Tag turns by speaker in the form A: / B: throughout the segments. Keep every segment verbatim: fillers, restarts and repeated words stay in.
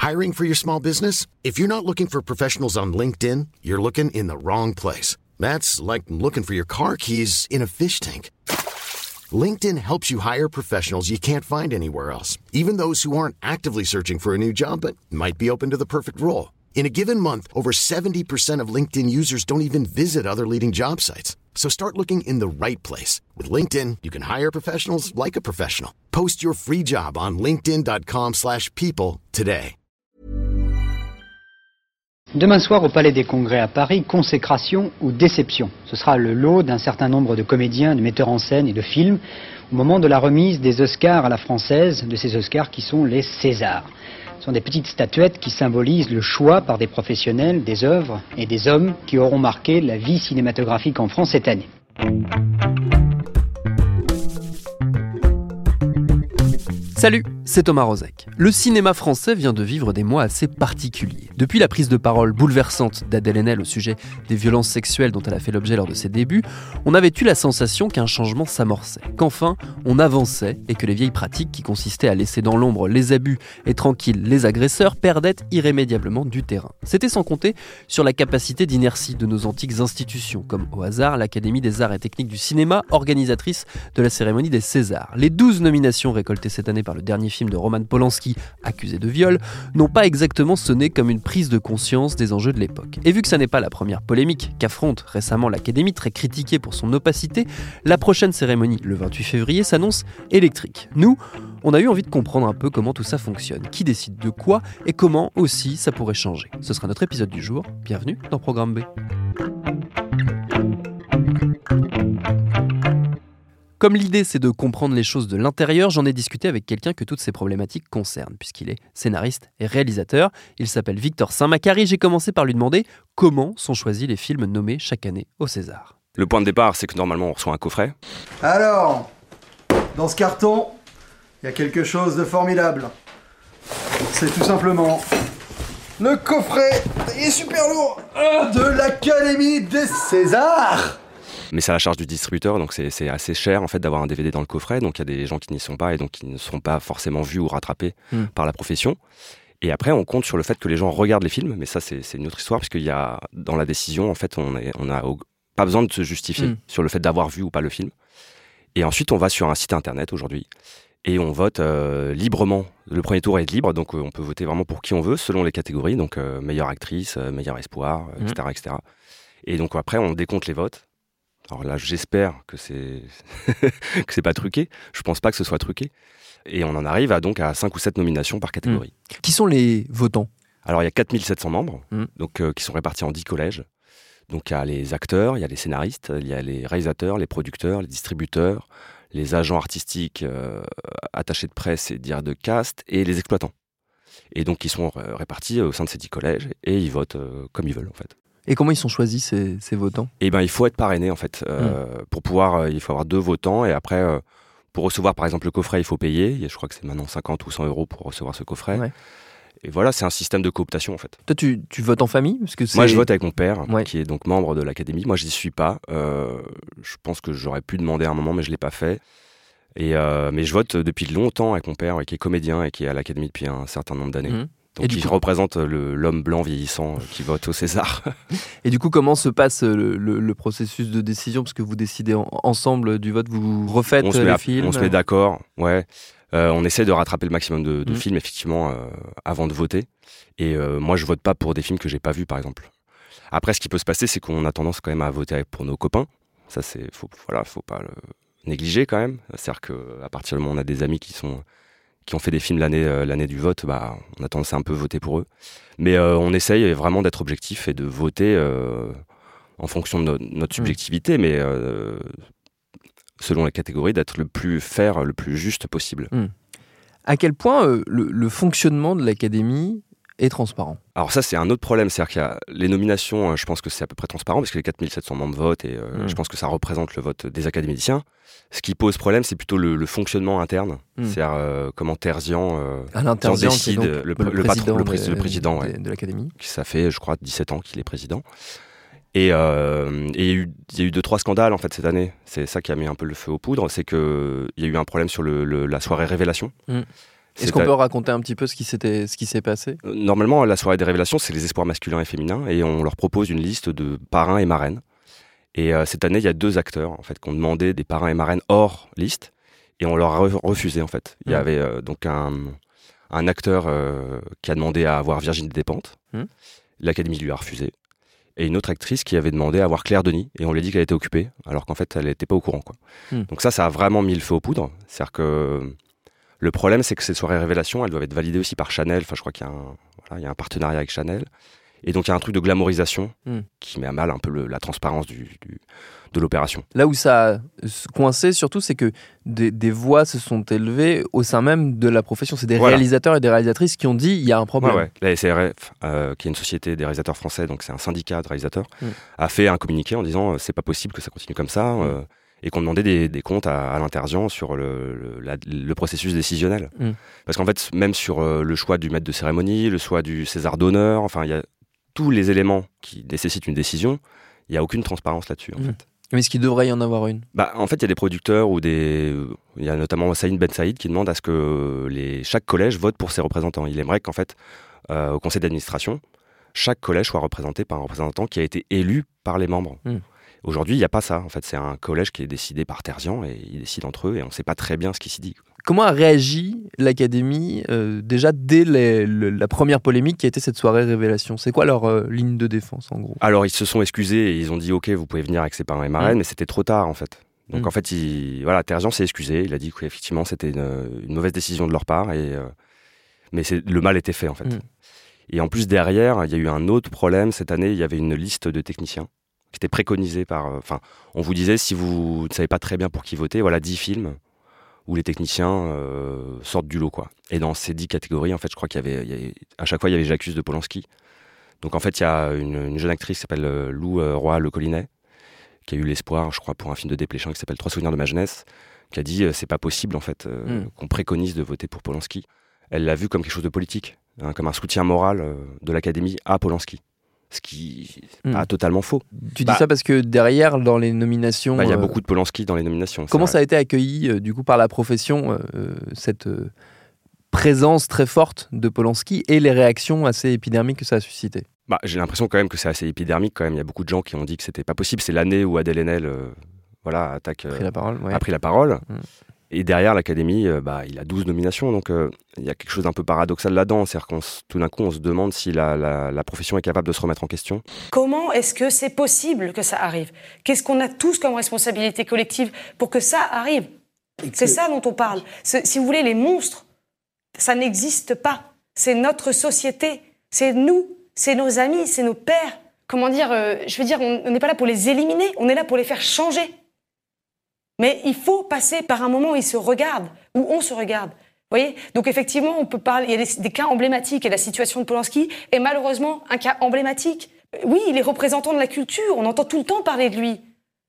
A: Hiring for your small business? If you're not looking for professionals on LinkedIn, you're looking in the wrong place. That's like looking for your car keys in a fish tank. LinkedIn helps you hire professionals you can't find anywhere else, even those who aren't actively searching for a new job but might be open to the perfect role. In a given month, over seventy percent of LinkedIn users don't even visit other leading job sites. So start looking in the right place. With LinkedIn, you can hire professionals like a professional. Post your free job on linkedin.com slash people today.
B: Demain soir au Palais des Congrès à Paris, consécration ou déception. Ce sera le lot d'un certain nombre de comédiens, de metteurs en scène et de films au moment de la remise des Oscars à la française, de ces Oscars qui sont les Césars. Ce sont des petites statuettes qui symbolisent le choix par des professionnels, des œuvres et des hommes qui auront marqué la vie cinématographique en France cette année.
C: Salut, c'est Thomas Rozek. Le cinéma français vient de vivre des mois assez particuliers. Depuis la prise de parole bouleversante d'Adèle Haenel au sujet des violences sexuelles dont elle a fait l'objet lors de ses débuts, on avait eu la sensation qu'un changement s'amorçait, qu'enfin on avançait et que les vieilles pratiques qui consistaient à laisser dans l'ombre les abus et tranquilles les agresseurs perdaient irrémédiablement du terrain. C'était sans compter sur la capacité d'inertie de nos antiques institutions, comme au hasard l'Académie des arts et techniques du cinéma, organisatrice de la cérémonie des Césars. Les douze nominations récoltées cette année par le dernier film de Roman Polanski, accusé de viol, n'ont pas exactement sonné comme une prise de conscience des enjeux de l'époque. Et vu que ça n'est pas la première polémique qu'affronte récemment l'Académie, très critiquée pour son opacité, la prochaine cérémonie, le vingt-huit février, s'annonce électrique. Nous, on a eu envie de comprendre un peu comment tout ça fonctionne, qui décide de quoi et comment aussi ça pourrait changer. Ce sera notre épisode du jour. Bienvenue dans Programme B. Comme l'idée c'est de comprendre les choses de l'intérieur, j'en ai discuté avec quelqu'un que toutes ces problématiques concernent, puisqu'il est scénariste et réalisateur. Il s'appelle Victor Saint-Macary. J'ai commencé par lui demander comment sont choisis les films nommés chaque année au César.
D: Le point de départ, c'est que normalement on reçoit un coffret.
E: Alors, dans ce carton, il y a quelque chose de formidable. C'est tout simplement le coffret, il est super lourd, de l'Académie des Césars.
D: Mais c'est à la charge du distributeur, donc c'est, c'est assez cher en fait d'avoir un D V D dans le coffret. Donc il y a des gens qui n'y sont pas et donc qui ne seront pas forcément vus ou rattrapés mmh. par la profession. Et après, on compte sur le fait que les gens regardent les films, mais ça c'est, c'est une autre histoire parce qu'il y a dans la décision en fait, on est, on a pas besoin de se justifier mmh. sur le fait d'avoir vu ou pas le film. Et ensuite, on va sur un site internet aujourd'hui et on vote euh, librement. Le premier tour est libre, donc euh, on peut voter vraiment pour qui on veut selon les catégories, donc euh, meilleure actrice, euh, meilleur espoir, euh, mmh. et cetera, et cetera. Et donc après, on décompte les votes. Alors là, j'espère que c'est que c'est pas truqué. Je pense pas que ce soit truqué. Et on en arrive à donc à cinq ou sept nominations par catégorie.
C: Mmh. Qui sont les votants ?
D: Alors il y a quatre mille sept cents membres,
C: mmh.
D: donc euh, qui sont répartis en dix collèges. Donc il y a les acteurs, il y a les scénaristes, il y a les réalisateurs, les producteurs, les distributeurs, les agents artistiques, euh, attachés de presse et dire de cast, et les exploitants. Et donc ils sont euh, répartis au sein de ces dix collèges et ils votent euh, comme ils veulent en fait.
C: Et comment ils sont choisis, ces, ces votants ?
D: Eh ben, il faut être parrainé, en fait. Euh, mmh. Pour pouvoir, euh, il faut avoir deux votants. Et après, euh, pour recevoir, par exemple, le coffret, il faut payer. Je crois que c'est maintenant cinquante ou cent euros pour recevoir ce coffret. Ouais. Et voilà, c'est un système de cooptation, en fait.
C: Toi, tu, tu votes en famille ? Parce que c'est...
D: Moi, je vote avec mon père,
C: ouais.
D: qui est donc membre de l'Académie. Moi, je n'y suis pas. Euh, je pense que j'aurais pu demander à un moment, mais je ne l'ai pas fait. Et, euh, mais je vote depuis longtemps avec mon père, qui est comédien et qui est à l'Académie depuis un certain nombre d'années. Mmh. Donc il coup... représente le, l'homme blanc vieillissant qui vote au César.
C: Et du coup, comment se passe le, le, le processus de décision ? Parce que vous décidez en, ensemble du vote, vous refaites
D: on se
C: les
D: met à,
C: films ?
D: On se met d'accord, ouais. Euh, on essaie de rattraper le maximum de, de mmh. films, effectivement, euh, avant de voter. Et euh, moi, je vote pas pour des films que j'ai pas vus, par exemple. Après, ce qui peut se passer, c'est qu'on a tendance quand même à voter pour nos copains. Ça, c'est, faut, voilà, faut pas le négliger quand même. C'est-à-dire qu'à partir du moment où on a des amis qui sont... qui ont fait des films l'année, euh, l'année du vote, bah, on a tendance à un peu voter pour eux. Mais euh, on essaye vraiment d'être objectif et de voter euh, en fonction de no- notre subjectivité, mmh. mais euh, selon les catégories, d'être le plus fair, le plus juste possible.
C: Mmh. À quel point euh, le, le fonctionnement de l'Académie est transparent ?
D: Alors ça, c'est un autre problème. C'est-à-dire qu'il y a les nominations, je pense que c'est à peu près transparent, parce que les quatre mille sept cents membres votent, et euh, mmh. je pense que ça représente le vote des académiciens. Ce qui pose problème, c'est plutôt le, le fonctionnement interne. Mmh. C'est-à-dire euh, comment Terzian, euh,
C: Alain Terzian
D: décide,
C: qui est
D: le,
C: le,
D: le,
C: le,
D: patron, le,
C: de,
D: le président
C: de,
D: ouais.
C: de l'Académie.
D: Ça fait, je crois, dix-sept ans qu'il est président. Et euh, il y, y a eu deux, trois scandales en fait cette année. C'est ça qui a mis un peu le feu aux poudres. C'est qu'il y a eu un problème sur le, le, la soirée révélation. Mmh.
C: Est-ce qu'on peut raconter un petit peu ce qui, s'était, ce qui s'est passé ?
D: Normalement, la soirée des révélations, c'est les espoirs masculins et féminins, et on leur propose une liste de parrains et marraines. Et euh, cette année, il y a deux acteurs en fait, qui ont demandé des parrains et marraines hors liste, et on leur a refusé en fait. Il mmh. y avait euh, donc un, un acteur euh, qui a demandé à avoir Virginie Despentes, mmh. l'Académie lui a refusé, et une autre actrice qui avait demandé à avoir Claire Denis, et on lui a dit qu'elle était occupée, alors qu'en fait, elle n'était pas au courant, quoi. Mmh. Donc ça, ça a vraiment mis le feu aux poudres. C'est-à-dire que le problème, c'est que ces soirées révélations, elles doivent être validées aussi par Chanel. Enfin, je crois qu'il y a un, voilà, il y a un partenariat avec Chanel. Et donc, il y a un truc de glamorisation mm. qui met à mal un peu le, la transparence du, du, de l'opération.
C: Là où ça a coincé, surtout, c'est que des, des voix se sont élevées au sein même de la profession. C'est des voilà. réalisateurs et des réalisatrices qui ont dit il y a un problème.
D: Ouais, ouais. La S R F, euh, qui est une société des réalisateurs français, donc c'est un syndicat de réalisateurs, mm. a fait un communiqué en disant c'est pas possible que ça continue comme ça. Mm. Euh, et qu'on demandait des, des comptes à, à l'Intergent sur le, le, la, le processus décisionnel. Mm. Parce qu'en fait, même sur euh, le choix du maître de cérémonie, le choix du César d'honneur, enfin, il y a tous les éléments qui nécessitent une décision, il n'y a aucune transparence là-dessus, en mm. fait.
C: Mais est-ce qu'il devrait y en avoir une ?
D: Bah, en fait, il y a des producteurs ou des... Il y a notamment Saïd Ben Saïd qui demande à ce que les... chaque collège vote pour ses représentants. Il aimerait qu'en fait, euh, au conseil d'administration, chaque collège soit représenté par un représentant qui a été élu par les membres. Mm. Aujourd'hui, il n'y a pas ça. En fait, c'est un collège qui est décidé par tertian et ils décident entre eux et on ne sait pas très bien ce qui s'y dit.
C: Comment a réagi l'Académie euh, déjà dès les, le, la première polémique qui a été cette soirée révélation ? C'est quoi leur euh, ligne de défense en gros ?
D: Alors, ils se sont excusés et ils ont dit « Ok, vous pouvez venir avec ses parrains et marraines mmh. », mais c'était trop tard en fait. Donc mmh. en fait, il, voilà, Terzian s'est excusé. Il a dit qu'effectivement, c'était une, une mauvaise décision de leur part, et, euh, mais c'est, le mal était fait en fait. Mmh. Et en plus, derrière, il y a eu un autre problème. Cette année, il y avait une liste de techniciens qui était préconisé par... Enfin, euh, on vous disait, si vous ne savez pas très bien pour qui voter, voilà dix films où les techniciens euh, sortent du lot, quoi. Et dans ces dix catégories, en fait, je crois qu'il y avait... Il y avait à chaque fois, il y avait J'accuse de Polanski. Donc, en fait, il y a une, une jeune actrice qui s'appelle euh, Lou euh, Roy-Le Collinet, qui a eu l'espoir, je crois, pour un film de Desplechin qui s'appelle Trois souvenirs de ma jeunesse, qui a dit, euh, c'est pas possible, en fait, euh, mm. qu'on préconise de voter pour Polanski. Elle l'a vu comme quelque chose de politique, hein, comme un soutien moral euh, de l'Académie à Polanski. Ce qui n'est mmh. pas totalement faux.
C: Tu
D: bah,
C: dis ça parce que derrière, dans les nominations...
D: Il bah, y a
C: euh,
D: beaucoup de Polanski dans les nominations.
C: Comment
D: vrai.
C: ça a été accueilli euh, du coup, par la profession, euh, cette euh, présence très forte de Polanski et les réactions assez épidermiques que ça a suscité ?
D: bah, J'ai l'impression quand même que c'est assez épidermique. Quand même. Il y a beaucoup de gens qui ont dit que c'était pas possible. C'est l'année où Adèle Haenel euh, voilà, attaque, euh,
C: a pris la parole. Ouais.
D: A pris la parole. Mmh. Et derrière, l'Académie, euh, bah, il a douze nominations. Donc, il euh, y a quelque chose d'un peu paradoxal là-dedans. C'est-à-dire qu'on s- tout d'un coup, on se demande si la, la, la profession est capable de se remettre en question.
F: Comment est-ce que c'est possible que ça arrive ? Qu'est-ce qu'on a tous comme responsabilité collective pour que ça arrive ? C'est ça dont on parle. C'est, si vous voulez, les monstres, ça n'existe pas. C'est notre société. C'est nous. C'est nos amis. C'est nos pères. Comment dire euh, Je veux dire, on n'est pas là pour les éliminer. On est là pour les faire changer. Mais il faut passer par un moment où ils se regardent, où on se regarde. Vous voyez ? Donc effectivement, on peut parler. Il y a des, des cas emblématiques et la situation de Polanski est malheureusement un cas emblématique. Oui, il est représentant de la culture. On entend tout le temps parler de lui.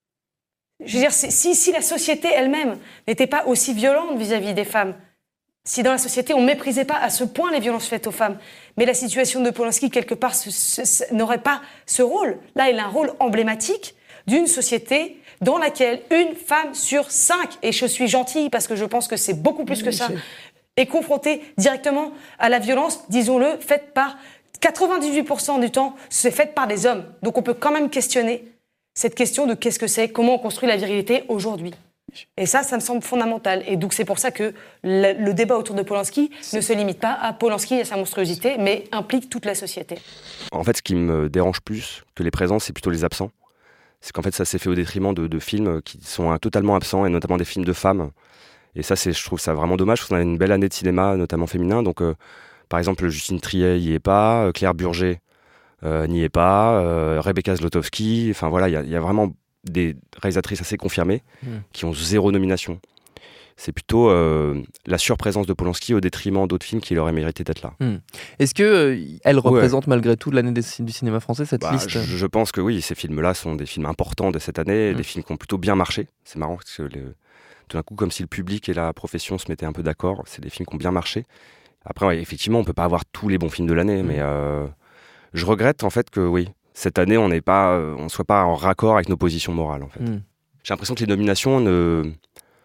F: Je veux dire, si, si la société elle-même n'était pas aussi violente vis-à-vis des femmes, si dans la société on méprisait pas à ce point les violences faites aux femmes, mais la situation de Polanski quelque part ce, ce, ce, n'aurait pas ce rôle. Là, il a un rôle emblématique d'une société dans laquelle une femme sur cinq, et je suis gentille parce que je pense que c'est beaucoup plus que ça, est confrontée directement à la violence, disons-le, faite par quatre-vingt-dix-huit pour cent du temps, c'est faite par des hommes. Donc on peut quand même questionner cette question de qu'est-ce que c'est, comment on construit la virilité aujourd'hui. Et ça, ça me semble fondamental. Et donc c'est pour ça que le, le débat autour de Polanski ne se limite pas à Polanski et à sa monstruosité, mais implique toute la société.
D: En fait, ce qui me dérange plus que les présents, c'est plutôt les absents. C'est qu'en fait, ça s'est fait au détriment de, de films qui sont hein, totalement absents, et notamment des films de femmes. Et ça, c'est, je trouve ça vraiment dommage, parce qu'on a une belle année de cinéma, notamment féminin. Donc, euh, par exemple, Justine Triet n'y est pas, Claire Burger euh, n'y est pas, euh, Rebecca Zlotowski. Enfin voilà, il y, y a vraiment des réalisatrices assez confirmées mmh. qui ont zéro nomination. C'est plutôt euh, la surprésence de Polanski au détriment d'autres films qui auraient mérité d'être là.
C: Mmh. Est-ce qu'elle euh, représente ouais. malgré tout l'année des, du cinéma français, cette
D: bah,
C: liste ?
D: je, je pense que oui, ces films-là sont des films importants de cette année, mmh. des films qui ont plutôt bien marché. C'est marrant, parce que le, tout d'un coup, comme si le public et la profession se mettaient un peu d'accord, c'est des films qui ont bien marché. Après, ouais, effectivement, on ne peut pas avoir tous les bons films de l'année, mmh. mais euh, je regrette en fait que oui, cette année, on ne euh, soit pas en raccord avec nos positions morales. En fait. Mmh. J'ai l'impression que les nominations ne...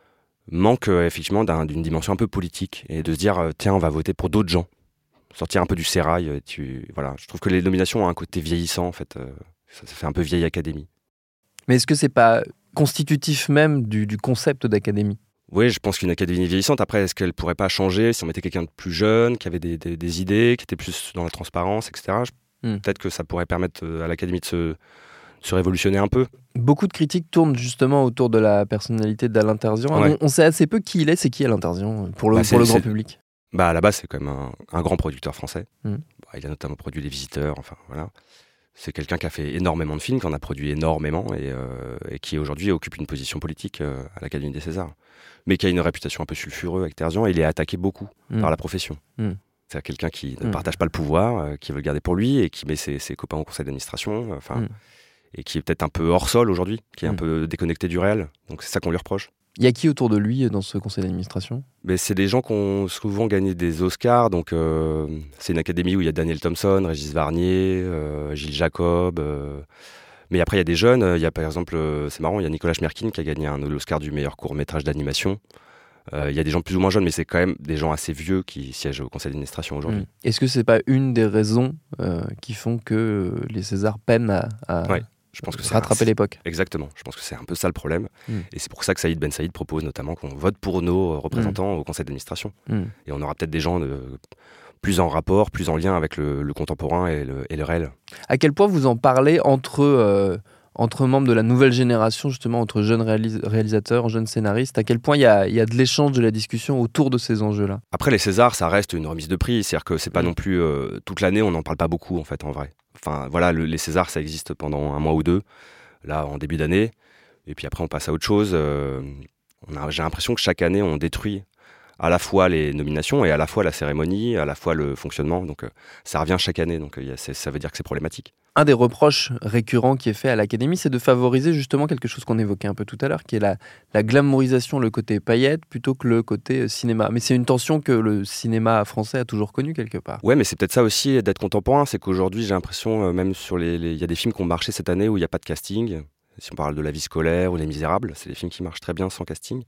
D: manque euh, effectivement d'un, d'une dimension un peu politique et de se dire euh, tiens, on va voter pour d'autres gens, sortir un peu du sérail. Et tu, voilà. Je trouve que les nominations ont un côté vieillissant en fait, euh, ça, ça fait un peu vieille académie.
C: Mais est-ce que c'est pas constitutif même du, du concept d'académie ?
D: Oui, je pense qu'une académie vieillissante, après, est-ce qu'elle pourrait pas changer si on mettait quelqu'un de plus jeune, qui avait des, des, des idées, qui était plus dans la transparence, et cetera. Je, mm. Peut-être que ça pourrait permettre à l'académie de se, de se révolutionner un peu.
C: Beaucoup de critiques tournent justement autour de la personnalité d'Alain Terzian.
D: Ouais.
C: On, on sait assez peu qui il est, c'est qui Alain Terzian pour le,
D: bah,
C: pour le grand
D: c'est,
C: public.
D: Bah, à la base, c'est quand même un, un grand producteur français.
C: Mm.
D: Bah, il a notamment produit Les Visiteurs, enfin voilà. C'est quelqu'un qui a fait énormément de films, qui en a produit énormément et, euh, et qui aujourd'hui occupe une position politique euh, à l'Académie des Césars. Mais qui a une réputation un peu sulfureuse avec Terzian, et il est attaqué beaucoup mmh. par la profession. Mmh. C'est quelqu'un qui ne mmh. partage pas le pouvoir, euh, qui veut le garder pour lui, et qui met ses, ses copains au conseil d'administration, euh, mmh. et qui est peut-être un peu hors sol aujourd'hui, qui est mmh. un peu déconnecté du réel. Donc c'est ça qu'on lui reproche.
C: Il y a qui autour de lui dans ce conseil d'administration ?
D: Mais c'est des gens qui ont souvent gagné des Oscars. Donc euh, c'est une académie où il y a Daniel Thompson, Régis Varnier, euh, Gilles Jacob... Euh, Mais après, il y a des jeunes. Il y a par exemple, c'est marrant, il y a Nicolas Schmerkin qui a gagné un Oscar du meilleur court-métrage d'animation. Euh, il y a des gens plus ou moins jeunes, mais c'est quand même des gens assez vieux qui siègent au conseil d'administration aujourd'hui.
C: Mmh. Est-ce que c'est pas une des raisons euh, qui font que les Césars peinent à, à
D: ouais, je pense que c'est
C: rattraper
D: un,
C: l'époque ?
D: Exactement. Je pense que c'est un peu ça le problème. Mmh. Et c'est pour ça que Saïd Ben Saïd propose notamment qu'on vote pour nos représentants mmh. au conseil d'administration. Mmh. Et on aura peut-être des gens de... plus en rapport, plus en lien avec le, le contemporain et le, et le réel.
C: À quel point vous en parlez entre, euh, entre membres de la nouvelle génération, justement, entre jeunes réalis- réalisateurs, jeunes scénaristes ? À quel point il y a, y a de l'échange, de la discussion autour de ces enjeux-là ?
D: Après, les Césars, ça reste une remise de prix. C'est-à-dire que c'est pas non plus... Euh, toute l'année, on n'en parle pas beaucoup, en fait, en vrai. Enfin, voilà, le, les Césars, ça existe pendant un mois ou deux, là, en début d'année. Et puis après, on passe à autre chose. Euh, on a, j'ai l'impression que chaque année, on détruit à la fois les nominations et à la fois la cérémonie, à la fois le fonctionnement. Donc euh, ça revient chaque année, donc euh, c'est, ça veut dire que c'est problématique.
C: Un des reproches récurrents qui est fait à l'Académie, c'est de favoriser justement quelque chose qu'on évoquait un peu tout à l'heure, qui est la, la glamourisation, le côté paillettes, plutôt que le côté cinéma. Mais c'est une tension que le cinéma français a toujours connue quelque part.
D: Ouais, mais c'est peut-être ça aussi d'être contemporain, c'est qu'aujourd'hui j'ai l'impression, euh, même sur les... Il y a des films qui ont marché cette année où il n'y a pas de casting. Si on parle de La Vie scolaire ou Les Misérables, c'est des films qui marchent très bien sans casting.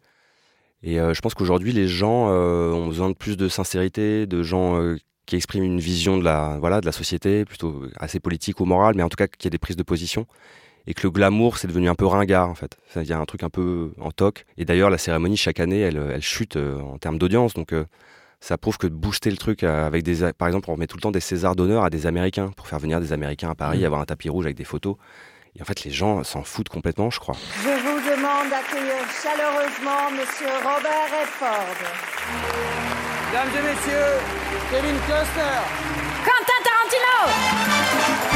D: Et euh, je pense qu'aujourd'hui, les gens euh, ont besoin de plus de sincérité, de gens euh, qui expriment une vision de la, voilà, de la société, plutôt assez politique ou morale, mais en tout cas qu'il y ait des prises de position. Et que le glamour, c'est devenu un peu ringard, en fait. Il y a un truc un peu en toc. Et d'ailleurs, la cérémonie, chaque année, elle, elle chute euh, en termes d'audience. Donc euh, ça prouve que de booster le truc avec des... Par exemple, on remet tout le temps des Césars d'honneur à des Américains, pour faire venir des Américains à Paris, mmh. avoir un tapis rouge avec des photos. Et en fait, les gens s'en foutent complètement, je crois.
G: Je vous demande d'accueillir chaleureusement Monsieur Robert Redford.
H: Mesdames et messieurs, Kevin Costner.
G: Quentin Tarantino.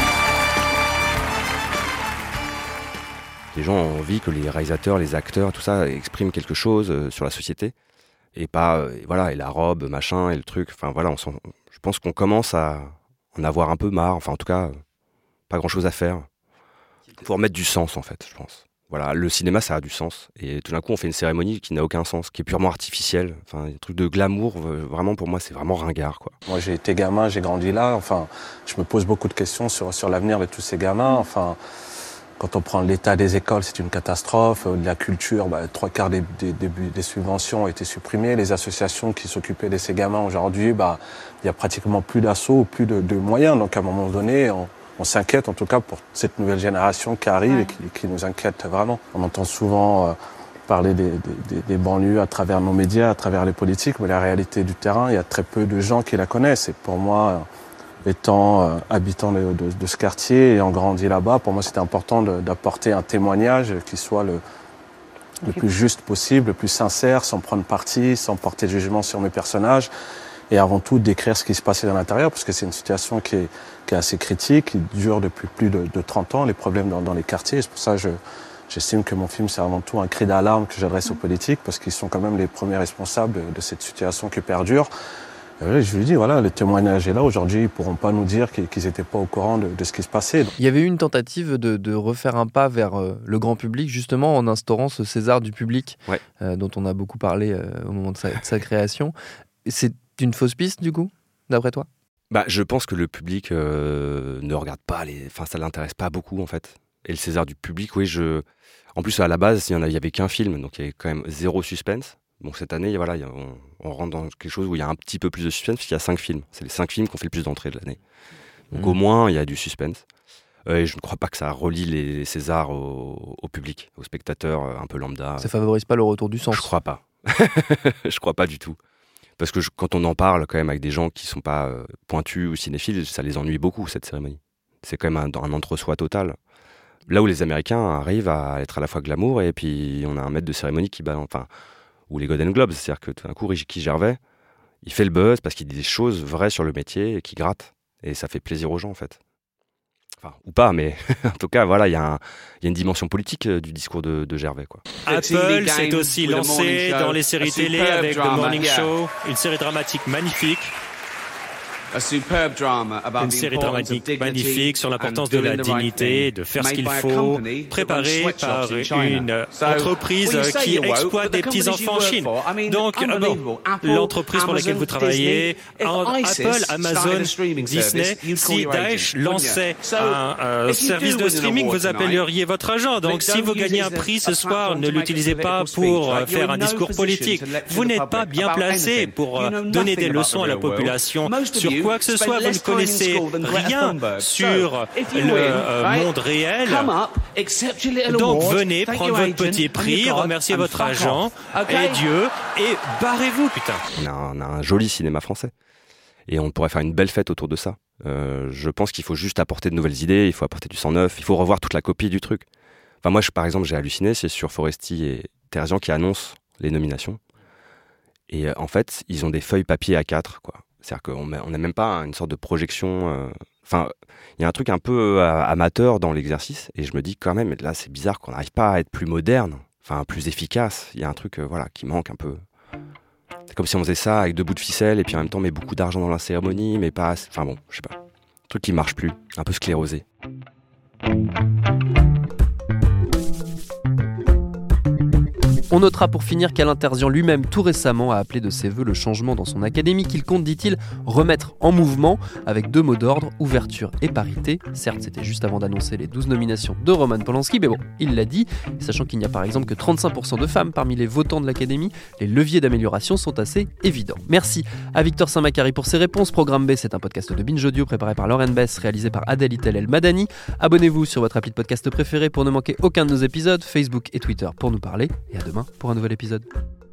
D: Les gens ont envie que les réalisateurs, les acteurs, tout ça expriment quelque chose euh, sur la société. Et pas, euh, voilà, et la robe, machin, et le truc. Enfin voilà, on s'en... je pense qu'on commence à en avoir un peu marre. Enfin, en tout cas, euh, pas grand-chose à faire. Il faut remettre du sens, en fait, je pense. Voilà, le cinéma, ça a du sens. Et tout d'un coup, on fait une cérémonie qui n'a aucun sens, qui est purement artificielle. Enfin, un truc de glamour, vraiment, pour moi, c'est vraiment ringard, quoi.
I: Moi, j'ai été gamin, j'ai grandi là. Enfin, je me pose beaucoup de questions sur, sur l'avenir de tous ces gamins. Enfin, quand on prend l'état des écoles, c'est une catastrophe. De la culture, bah, trois quarts des, des, des, des subventions ont été supprimées. Les associations qui s'occupaient de ces gamins, aujourd'hui, bah, il y a pratiquement plus d'assauts, plus de, de moyens. Donc, à un moment donné, on... On s'inquiète en tout cas pour cette nouvelle génération qui arrive ouais. et qui, qui nous inquiète vraiment. On entend souvent euh, parler des, des, des banlieues à travers nos médias, à travers les politiques, mais la réalité du terrain, il y a très peu de gens qui la connaissent. Et pour moi, étant euh, habitant de, de, de ce quartier et ayant grandi là-bas, pour moi c'était important de, d'apporter un témoignage qui soit le, le plus juste possible, le plus sincère, sans prendre parti, sans porter de jugement sur mes personnages. Et avant tout, d'écrire ce qui se passait dans l'intérieur, parce que c'est une situation qui est, qui est assez critique, qui dure depuis plus de, de trente ans, les problèmes dans, dans les quartiers. Et c'est pour ça que je, j'estime que mon film, c'est avant tout un cri d'alarme que j'adresse aux politiques, parce qu'ils sont quand même les premiers responsables de cette situation qui perdure. Et je lui dis, voilà, le témoignage est là. Aujourd'hui, ils ne pourront pas nous dire qu'ils n'étaient pas au courant de, de ce qui se passait.
C: Il y avait eu une tentative de, de refaire un pas vers euh, le grand public, justement, en instaurant ce César du public,
D: ouais.
C: euh, dont on a beaucoup parlé euh, au moment de sa, de sa création. C'est une fausse piste, du coup, d'après toi ?
D: Bah, je pense que le public euh, ne regarde pas, les... enfin, ça ne l'intéresse pas beaucoup, en fait. Et le César du public, oui, je... En plus, à la base, il n'y avait qu'un film, donc il y avait quand même zéro suspense. Bon, cette année, voilà, y a, on, on rentre dans quelque chose où il y a un petit peu plus de suspense, parce qu'il y a cinq films. C'est les cinq films qui ont fait le plus d'entrées de l'année. Donc mmh. au moins, il y a du suspense. Euh, et je ne crois pas que ça relie les Césars au, au public, aux spectateurs euh, un peu lambda.
C: Ça favorise pas le retour du sens?
D: Je crois pas. Je crois pas du tout. Parce que je, quand on en parle quand même avec des gens qui sont pas euh, pointus ou cinéphiles, ça les ennuie beaucoup, cette cérémonie. C'est quand même un, un entre-soi total. Là où les Américains arrivent à être à la fois glamour et puis on a un maître de cérémonie qui bat, enfin, ou les Golden Globes, c'est-à-dire que tout d'un coup, Ricky Gervais, il fait le buzz parce qu'il dit des choses vraies sur le métier et qui grattent. Et ça fait plaisir aux gens, en fait. Enfin, ou pas, mais en tout cas, voilà, il y, y a une dimension politique euh, du discours de, de Gervais, quoi.
J: Apple s'est aussi lancé dans les séries télé avec The Morning Show, une série dramatique magnifique. Une série dramatique magnifique sur l'importance de la dignité, de faire ce qu'il faut, préparée par une entreprise qui exploite des petits-enfants en Chine. Donc, bon, l'entreprise pour laquelle vous travaillez, Apple, Amazon, Disney, si Daesh lançait un, un service de streaming, vous appelleriez votre agent. Donc, si vous gagnez un prix ce soir, ne l'utilisez pas pour faire un discours politique. Vous n'êtes pas bien placé pour donner des leçons à la population sur quoi que ce soit, vous ne connaissez rien sur le euh, monde réel. Donc venez prendre votre petit prix, remercier votre agent et Dieu et barrez-vous, putain.
D: On a, un, on a un joli cinéma français et on pourrait faire une belle fête autour de ça. Euh, je pense qu'il faut juste apporter de nouvelles idées, il faut apporter du sang neuf, il faut revoir toute la copie du truc. Enfin moi, je, par exemple, j'ai halluciné, c'est sur Foresti et Terzian qui annoncent les nominations. Et euh, en fait, ils ont des feuilles papier A quatre, quoi. C'est-à-dire qu'on n'a même pas une sorte de projection. Enfin, euh, il y a un truc un peu euh, amateur dans l'exercice. Et je me dis quand même, là, c'est bizarre qu'on n'arrive pas à être plus moderne, enfin, plus efficace. Il y a un truc euh, voilà, qui manque un peu. C'est comme si on faisait ça avec deux bouts de ficelle et puis en même temps, met beaucoup d'argent dans la cérémonie, mais pas assez. Enfin bon, je sais pas. Un truc qui marche plus, un peu sclérosé.
C: On notera pour finir qu'Alain Terzian lui-même tout récemment a appelé de ses vœux le changement dans son académie qu'il compte, dit-il, remettre en mouvement avec deux mots d'ordre, ouverture et parité. Certes, c'était juste avant d'annoncer les douze nominations de Roman Polanski, mais bon, il l'a dit, sachant qu'il n'y a par exemple que trente-cinq pour cent de femmes parmi les votants de l'académie, les leviers d'amélioration sont assez évidents. Merci à Victor Saint-Macary pour ses réponses. Programme B, c'est un podcast de Binge Audio préparé par Lauren Bess, réalisé par Adèle Itel El Madani. Abonnez-vous sur votre appli de podcast préféré pour ne manquer aucun de nos épisodes, Facebook et Twitter pour nous parler, et à demain pour un nouvel épisode.